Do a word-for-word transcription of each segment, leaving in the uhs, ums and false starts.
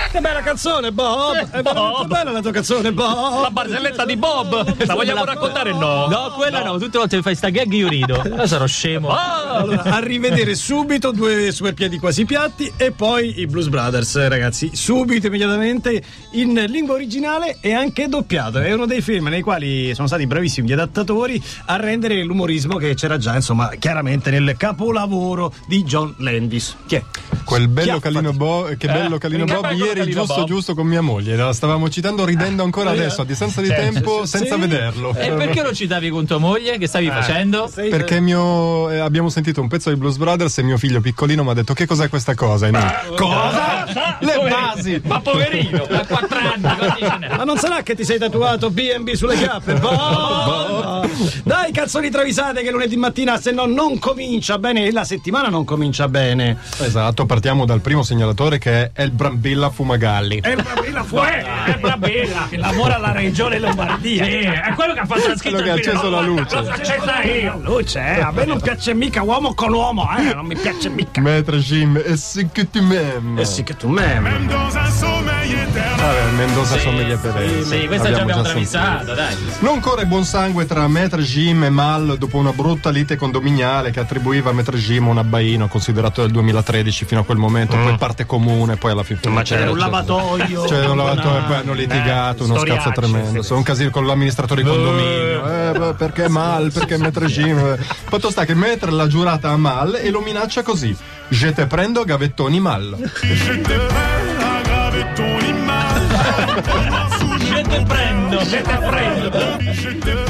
Che bella canzone, Bob! È veramente bella la tua canzone, Bob! La barzelletta di Bob! La vogliamo raccontare? No! No, quella no, tutte le volte che fai sta gag io rido. Io sarò scemo. Allora, a rivedere subito due superpiedi quasi piatti e poi i Blues Brothers, ragazzi, subito, immediatamente, in lingua originale e anche doppiato. È uno dei film nei quali sono stati bravissimi gli adattatori a rendere l'umorismo che c'era già, insomma, chiaramente nel capolavoro di John Landis. Chi è? Quel bello Chiaffati. Calino Bob, che bello Eh, Calino che Bob, bello ieri Calino giusto Bob. giusto con mia moglie, la stavamo citando ridendo ancora adesso, a distanza di tempo, sì, senza sì. vederlo. E perché lo citavi con tua moglie? Che stavi facendo? Sei- Perché mio, eh, abbiamo sentito un pezzo di Blues Brothers e mio figlio piccolino mi ha detto: che cos'è questa cosa? E noi, cosa? Le basi! Ma poverino! A quattro anni, così ce n'è. Ma non sarà che ti sei tatuato B and B sulle chiappe? Boh! Dai, canzoni travisate che lunedì mattina, se no, non comincia bene e la settimana non comincia bene. Esatto, partiamo dal primo segnalatore che è il Brambilla Fumagalli. È Brambilla fuori! È bella! Che lavora alla regione Lombardia. Sì, è quello che ha fatto la scritta Quello che ha del acceso film. la luce. L'ho accesa io! Luce, eh? A me non piace mica uomo con uomo, eh? Non mi piace mica. Maître Jim, e sì che tu m'aimes. Eh sì che tu me. Vabbè, Mendoza somiglia per lei. Sì, questa già abbiamo travisato, dai. Non corre buon sangue tra Maître Jim e Mal dopo una brutta lite condominiale che attribuiva a Maître Jim un abbaino considerato del duemilatredici fino a quel momento, poi parte comune, poi alla fine. Ma c'era un lavatoio. C'era un lavatoio e poi hanno litigato, uno storiacce, scazzo tremendo. sì. Sono un casino con l'amministratore di condominio. Eh, beh, perché Mal? Perché Maître Jim? Fatto sta che Maître l'ha giurata a Mal e lo minaccia così: je te prendo gavettoni Mal. Je te prendo, je te prendo.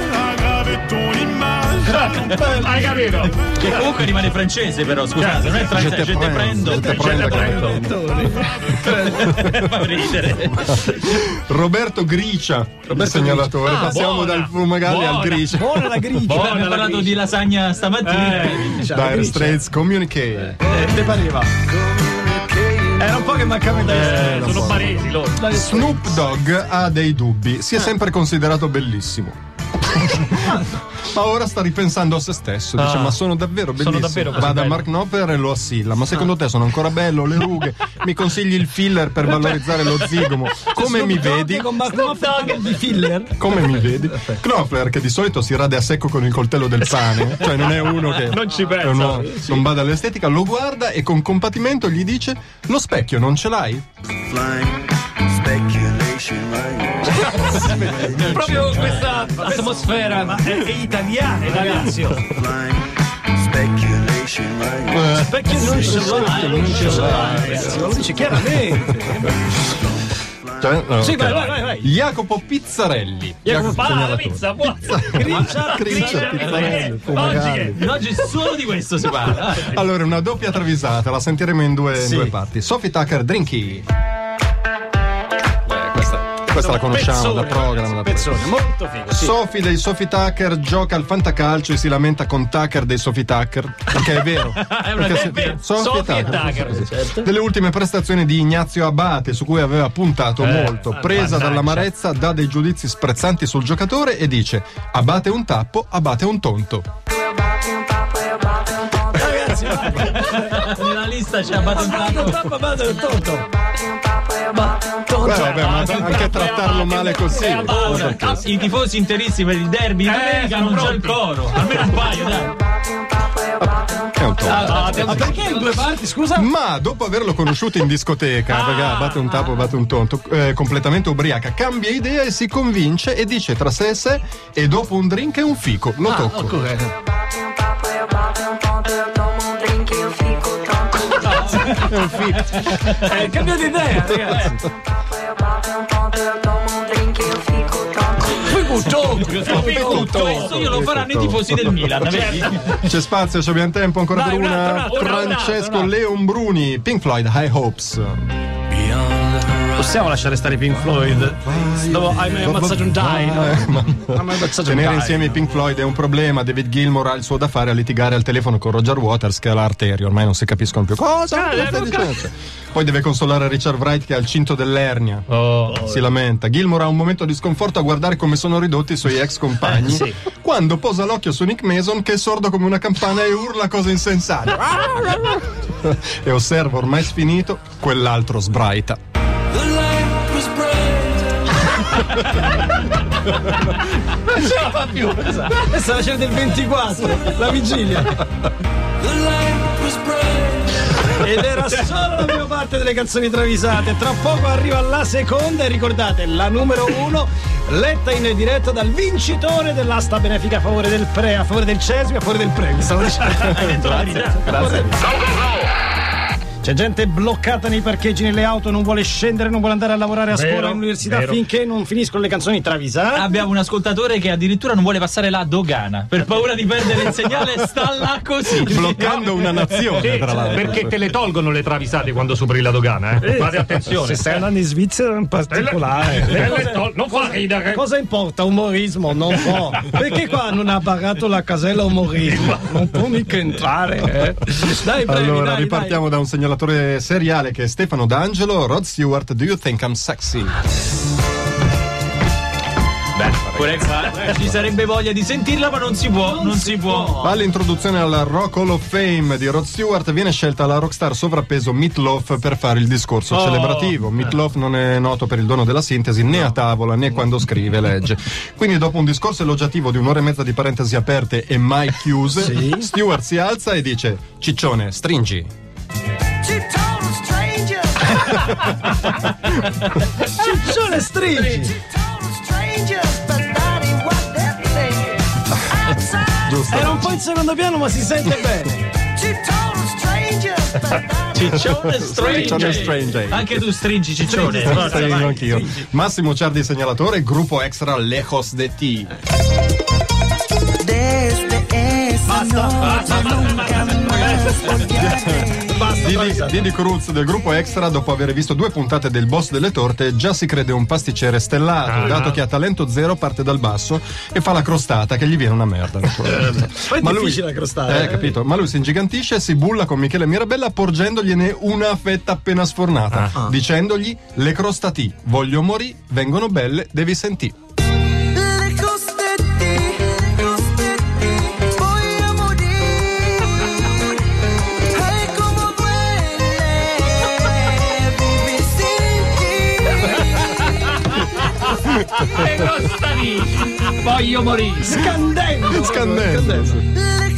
Hai capito? Che comunque rimane francese, però, scusate, non è francese, je te prendo. je te prendo gavettoni. Fa ridere. Roberto Gricia, il segnalatore. Ah, Passiamo buona, dal Fumagalli al buona. Gricia. Buona la grigia. Boh, abbiamo parlato di lasagna stamattina. Dire Straits Communicate. Eh, te pareva? Era un po' che mancava in Eh, sono paresi loro. Snoop Dogg ha dei dubbi. Si è sempre considerato bellissimo. Ma ora sta ripensando a se stesso. Dice: Ah. ma sono davvero Sono bellissimo. davvero così Va da bello. Mark Knopfler e lo assilla. Ma secondo te sono ancora bello? Le rughe? Mi consigli il filler per valorizzare lo zigomo? Come mi vedi? Con Mark Knopfler di filler. Come mi vedi? Knopfler, che di solito si rade a secco con il coltello del pane, cioè non è uno che Non ci pensa. è uno- non bada all'estetica, lo guarda e con compatimento gli dice: lo specchio non ce l'hai? Proprio questa atmosfera. Ma è, è italiano, ragazzi. Perché non ce l'ha? Non ce l'ha, ragazzi. Lo dice chiaramente. Cioè, no, Sì, ok. vai, vai, vai, vai. Jacopo Pizzarelli. Jacopo, va, la segnalatore. pizza, buona. Grigia, Gricia, grigia. Pizzarelli, Oggi Fumagalli. che- Oggi solo di questo si parla. Allora, una doppia travisata, la sentiremo in due, in Sì. due parti. Sophie Tucker, Drinky. Eh, questa, questa la conosciamo da programma. Da Pezzone, molto figo. Sì. Sophie dei Sophie Tucker gioca al fantacalcio e si lamenta con Tucker dei Sophie Tucker, perché è vero. È una Perché è vero. Sophie Sophie e Tucker. Tucker, certo. Delle ultime prestazioni di Ignazio Abate, su cui aveva puntato molto, presa dall'amarezza, dà dei giudizi sprezzanti sul giocatore e dice: Abate un tappo, Abate un tonto. Ragazzi, Nella lista c'è Abate un tappo. tappa, vado, tonto. Beh, vabbè, ma anche trattarlo male così. Allora, i tifosi interissimi per il derby in America non c'è il coro. Almeno un paio, dai. È un tonto. Ma perché in due parti, scusa? Ma dopo averlo conosciuto in discoteca, perché Abate un tappo, Abate un tonto, eh, completamente ubriaca, cambia idea e si convince e dice tra sé e sé: e dopo un drink e un fico, lo tocco. È un fico. Eh, cambiate idea, ragazzi. Questo io lo faranno i tifosi del Milan, vedi? C'è spazio, ci abbiamo tempo ancora Dai, per un altro, una. un altro, un altro, Francesco un altro. Leon Bruni, Pink Floyd, High Hopes. Possiamo lasciare stare i Pink Floyd? Dopo hai mai ammazzato un dai, no? Eh, ma- Hai mai ammazzato un Tenere dai? insieme i Pink Floyd è un problema. David Gilmour ha il suo da fare a litigare al telefono con Roger Waters, che ha l'arterio. Ormai non si capiscono più. Cosa? Cosa stai dicendo? Poi deve consolare Richard Wright, che ha il cinto dell'ernia. Si lamenta. Gilmour ha un momento di sconforto a guardare come sono ridotti i suoi ex compagni. Sì. Quando posa l'occhio su Nick Mason, che è sordo come una campana e urla cose insensate. E osserva, ormai sfinito, quell'altro sbraita. Non ce la fa più. Questa è la cena del ventiquattro, la vigilia. Ed era solo la prima parte delle canzoni travisate. Tra poco arriva la seconda e ricordate, la numero uno letta in diretta dal vincitore dell'asta benefica a favore del pre, a favore del Cesmi, a favore del premio. Stavo dicendo. Hai detto la verità. Grazie. C'è gente bloccata nei parcheggi, nelle auto, non vuole scendere, non vuole andare a lavorare a Vero, scuola, all'università vero. finché non finiscono le canzoni travisate. Abbiamo un ascoltatore che addirittura non vuole passare la dogana per paura di perdere il segnale, sta là così. Bloccando una nazione, Sì, tra l'altro. perché te le tolgono le travisate quando superi la dogana, eh? Fate attenzione. Se stai andando in Svizzera in particolare. Le- le- Cosa- le tol- non fa ridere. Cosa importa? Umorismo, non può. Perché qua non ha pagato la casella umorismo? Non può mica entrare, eh? Dai, brevi, Allora, dai, ripartiamo da un segnalatore seriale che è Stefano D'Angelo. Rod Stewart, Do You Think I'm Sexy? Pure qua ci sarebbe voglia di sentirla, ma non si può, non, si può. All'introduzione alla Rock Hall of Fame di Rod Stewart viene scelta la rockstar sovrappeso Meat Loaf per fare il discorso Oh. celebrativo. Meat Loaf non è noto per il dono della sintesi né a tavola né quando scrive e legge. Quindi dopo un discorso elogiativo di un'ora e mezza di parentesi aperte e mai chiuse, Sì. Stewart si alza e dice: Ciccione, stringi. Ciccione, stringi. Giusto. Era un po' in secondo piano, ma si sente bene. Ciccione strange. Ciccione strange. Anche tu stringi ciccione. Forza, Stringo vai. anch'io. Massimo Ciardi segnalatore, gruppo extra Lejos de Ti. Didi, Didi Cruz del gruppo Extra, dopo aver visto due puntate del Boss delle Torte, già si crede un pasticcere stellato, Ah. dato che ha talento zero, parte dal basso e fa la crostata che gli viene una merda. naturalmente. Poi è difficile la crostata, eh, eh. capito? Ma lui si ingigantisce, si bulla con Michele Mirabella porgendogliene una fetta appena sfornata, Ah. dicendogli: le crostati, voglio morì, vengono belle, devi sentire. Le crostanici. Voglio morire. Scandendo. Scandendo. sì.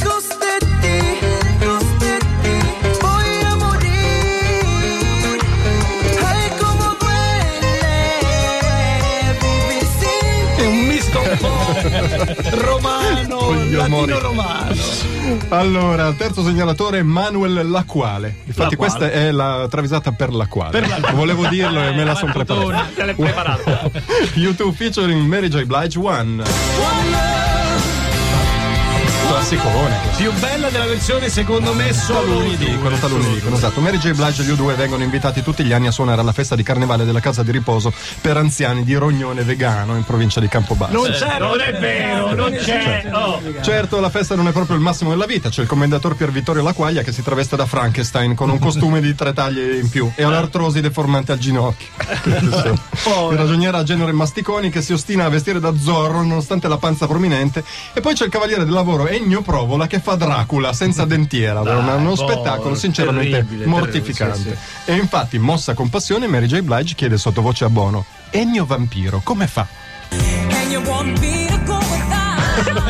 È un misto un po' romano, Voglio morire. latino romano. Allora, terzo segnalatore, Manuel Laquale. Infatti, La quale? questa è la travisata per la quale. Volevo dirlo e me la sono preparata. Te l'hai preparato. YouTube featuring Mary J. Blige One. Classicone. Più bella della versione, secondo me, solo Taluni dicono, taluni dicono, esatto. Mary J. Blige e gli U due vengono invitati tutti gli anni a suonare alla festa di carnevale della casa di riposo per anziani di Rognone Vegano in provincia di Campobasso. Non c'è, Non è vero, non c'è. Oh. Certo, la festa non è proprio il massimo della vita. C'è il commendatore Pier Vittorio Laquaglia che si traveste da Frankenstein con un costume di tre taglie in più e ha l'artrosi deformante al ginocchio. Il ragioniere a genere Masticoni che si ostina a vestire da Zorro nonostante la panza prominente. E poi c'è il cavaliere del lavoro Ennio Provola che fa Dracula senza dentiera. Dai, Una- uno povero, spettacolo sinceramente terribile, mortificante. terribile, E infatti, mossa con passione, Mary J. Blige chiede sottovoce a Bono: Ennio Vampiro, come fa? And you want me to go without?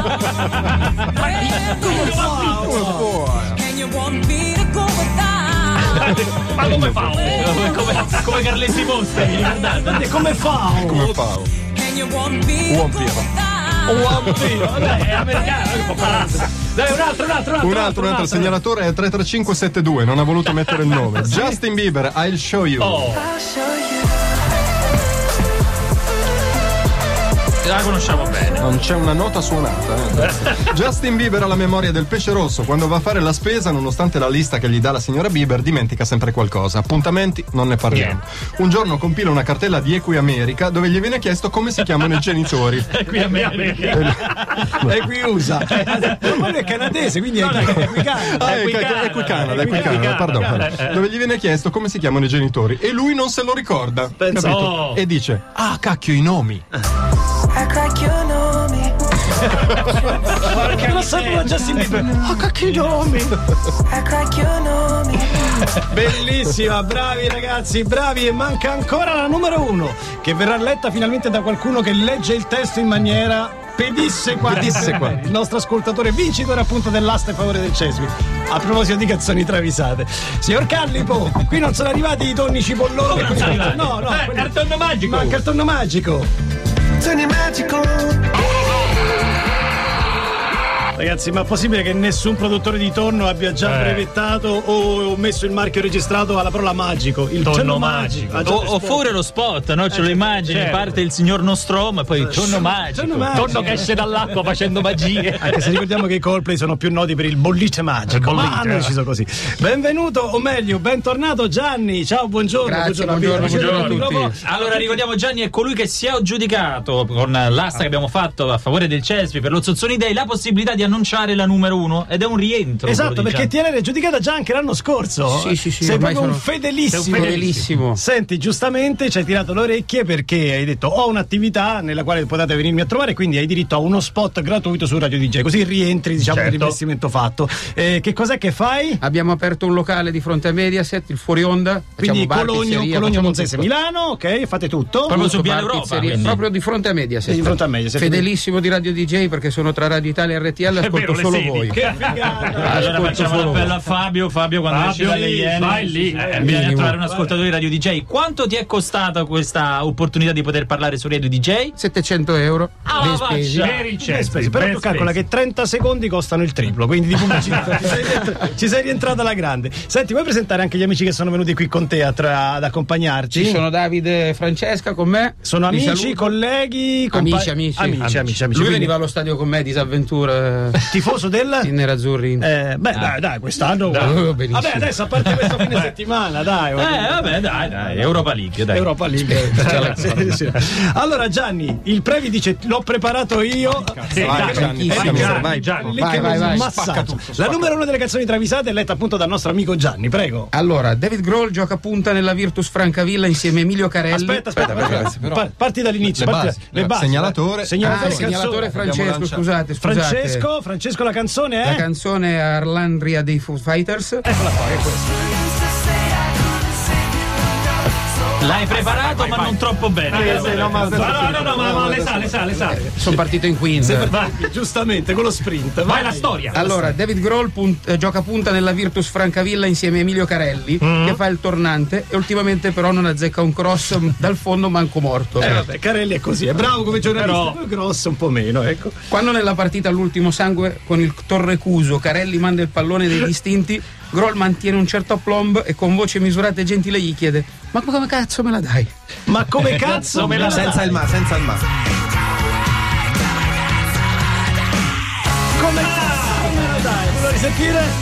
And you want me to go without? Ma come fa? Come, come, come Carletti Mostre, vi ricordate? come fa? Come fa? And you want me to Buon go Piero. without? Un vampiro. Dai, è americano, non può parlare. Dai, un altro, un altro, un altro. Un altro, un altro segnalatore è tre tre cinque sette due, non ha voluto mettere il nome. Justin Bieber, I'll show you. Oh. La conosciamo bene. Non c'è una nota suonata. eh. Justin Bieber ha la memoria del pesce rosso. Quando va a fare la spesa, nonostante la lista che gli dà la signora Bieber, dimentica sempre qualcosa. Appuntamenti, non ne parliamo. Un giorno compila una cartella di Equi America dove gli viene chiesto come si chiamano i genitori. Qui a me. E qui usa. Ma quello è canadese, quindi è equicano. Ah, è Equicanada, Equicanada, Equicanada, Equicanada. pardon. Eh, eh. Dove gli viene chiesto come si chiamano i genitori e lui non se lo ricorda. Pensa- capito? Oh. E dice: ah, cacchio, i nomi. Act like you know me. Lo sapevo già Justin Bieber. Ah, cacchio i nomi. Act like you know me. Bellissima, bravi ragazzi, bravi. E manca ancora la numero uno, che verrà letta finalmente da qualcuno che legge il testo in maniera pedissequa. pedissequa. Il nostro ascoltatore vincitore appunto dell'asta in favore del Cesvi. A proposito di canzoni travisate, signor Callipo, qui non sono arrivati i tonni cipolloni. Come non sono arrivati? No, no, Eh, quelli- il tonno magico. Manca il tonno magico. Ragazzi, ma è possibile che nessun produttore di tonno abbia già Eh. brevettato o messo il marchio registrato alla parola magico? Il Tonno tonno magico. Ah, già O, per o sport. fuori lo spot, no? Ce lo immagini, certo. parte il signor Nostromo e poi tonno magico. Tonno magico. Tonno che esce dall'acqua facendo magie. Anche se ricordiamo che i Coldplay sono più noti per il bollite magico, Il bollite, ma hanno eh. deciso così. Benvenuto, o meglio, bentornato Gianni. Ciao, buongiorno. Grazie, buongiorno, buongiorno, buongiorno, buongiorno a tutti. Allora ricordiamo, Gianni è colui che si è aggiudicato con l'asta che abbiamo fatto a favore del Cespi per lo Zozzoni Day la possibilità di annunciare la numero uno ed è un rientro. Esatto, quello di perché Gianni. ti eri giudicata già anche l'anno scorso. Sì, sì, sì, Sei ormai proprio un sono- fedelissimo. Sei un fedelissimo. Senti, giustamente ci hai tirato le orecchie perché hai detto ho un'attività nella quale potete venirmi a trovare, quindi hai diritto a uno spot gratuito su Radio D J, così rientri, diciamo, Certo. nell'investimento fatto. Eh, che cos'è che fai? Abbiamo aperto un locale di fronte a Mediaset, il Fuori Onda. Quindi facciamo bar, Cologno, pizzeria, Cologno facciamo Monzese, tutto. Milano, ok, fate tutto. Proprio su Tutto, Via bar, Europa, pizzeria, quindi. proprio di fronte a Mediaset. Di fronte a Mediaset. Fedelissimo di Radio D J perché sono tra Radio Italia e R T L, È ascolto vero, le solo sedi. voi. Che figata. Allora Ascolto facciamo solo l'appello voi. a Fabio. Fabio, quando Fabio, esci dalle lì, Iene, vai lì. eh, Eh, vieni a minimo. trovare un ascoltatore di Radio D J. Quanto ti è costata questa opportunità di poter parlare su Radio D J? settecento euro. Ah, ben va, spesi. cioè. Per il Ben Cespi, spesi, però ben tu calcola spesi. che trenta secondi costano il triplo, quindi di pubblicità ci, sei rientra- ci sei rientrata alla grande. Senti, vuoi presentare anche gli amici che sono venuti qui con te a tra- ad accompagnarci? Ci sono Davide e Francesca con me. Sono Li amici, saluto. colleghi, compa- Amici, amici. amici, amici, amici. Lui Quindi, veniva allo stadio con me, disavventura tifoso del in nerazzurri. eh, beh, dai, dai, quest'anno. Oh, benissimo. Vabbè, adesso a parte questo fine settimana, dai. Eh, vabbè, dai, dai, Europa League, dai. Europa League. Sì, sì. Allora, Gianni, il Previ dice: l'ho preparato io. Sì, Vai, dai, Gianni, vai, vai, Gianni, vai. Gianni. Lì Vai, che vai, un vai. massaggio. Spacca tutto, La spacca numero uno delle canzoni travisate è letta appunto dal nostro amico Gianni, prego. Allora, David Grohl gioca punta nella Virtus Francavilla insieme a Emilio Carelli. Aspetta, aspetta, Aspetta, aspetta. ragazzi, però- Pa- parti dall'inizio. Le parti basi. da- le basi. Segnalatore. Ah, Segnalatore, il segnalatore canzone. Francesco, Abbiamo scusate, scusate. Francesco, Francesco, la canzone La è. canzone è Arlandria dei Foo Fighters. Eccola qua, è questa. L'hai preparato, ma non troppo bene. Eh, sì, no, ma- no, no, no, ma, ma le sa, le sa, le sa. Sono partito in quinta. Vai, giustamente, con lo sprint. Vai la storia. Allora, David Grohl punt- eh, gioca punta nella Virtus Francavilla insieme a Emilio Carelli, che fa il tornante e ultimamente però non azzecca un cross m- dal fondo manco morto. Eh, vabbè, Carelli è così, è bravo come giornalista, Però- poi grosso un po' meno, ecco. Quando nella partita all'ultimo sangue con il Torrecuso Carelli manda il pallone dei distinti, Grohl mantiene un certo aplomb e con voce misurata e gentile gli chiede: ma come cazzo me la dai? Ma come cazzo me la Senza il ma, senza il ma. Come cazzo me la dai? Vuoi risentire?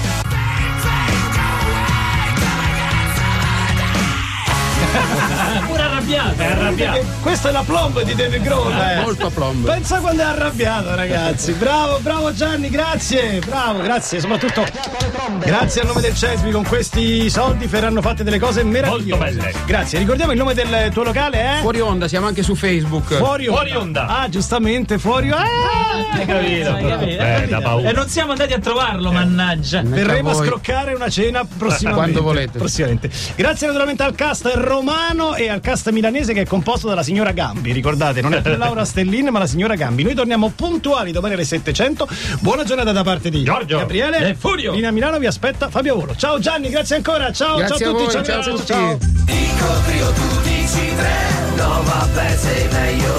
Pure arrabbiato. È arrabbiato. Questo è la plomb di David Grohl, eh. Molto aplomb. Pensa quando è arrabbiato, ragazzi. Bravo, bravo Gianni, grazie. Bravo, grazie. Soprattutto grazie a nome del Cespi. Con questi soldi verranno fatte delle cose meravigliose. Molto belle. Grazie. Ricordiamo il nome del tuo locale, eh? Fuori onda, siamo anche su Facebook. Fuori onda. Fuori onda. Ah, giustamente, fuori onda. Ah, Hai capito? Eh, da E paura. non siamo andati a trovarlo, mannaggia. Verremo a voi. scroccare una cena prossimamente. Quando volete. Prossimamente. Grazie naturalmente al cast romano e al cast milanese che è composto dalla signora Gambi. Ricordate, non è più Laura Stellin, ma la signora Gambi. Noi torniamo puntuali domani alle settecento. Buona giornata da parte di Giorgio Gabriele e Furio. Lina Milano vi aspetta Fabio Volo. Ciao Gianni, grazie ancora. Ciao, Grazie ciao a a tutti. voi, ciao, ciao a ciao, tutti. ciao. Dico trio, tu dici tre, no vabbè sei meglio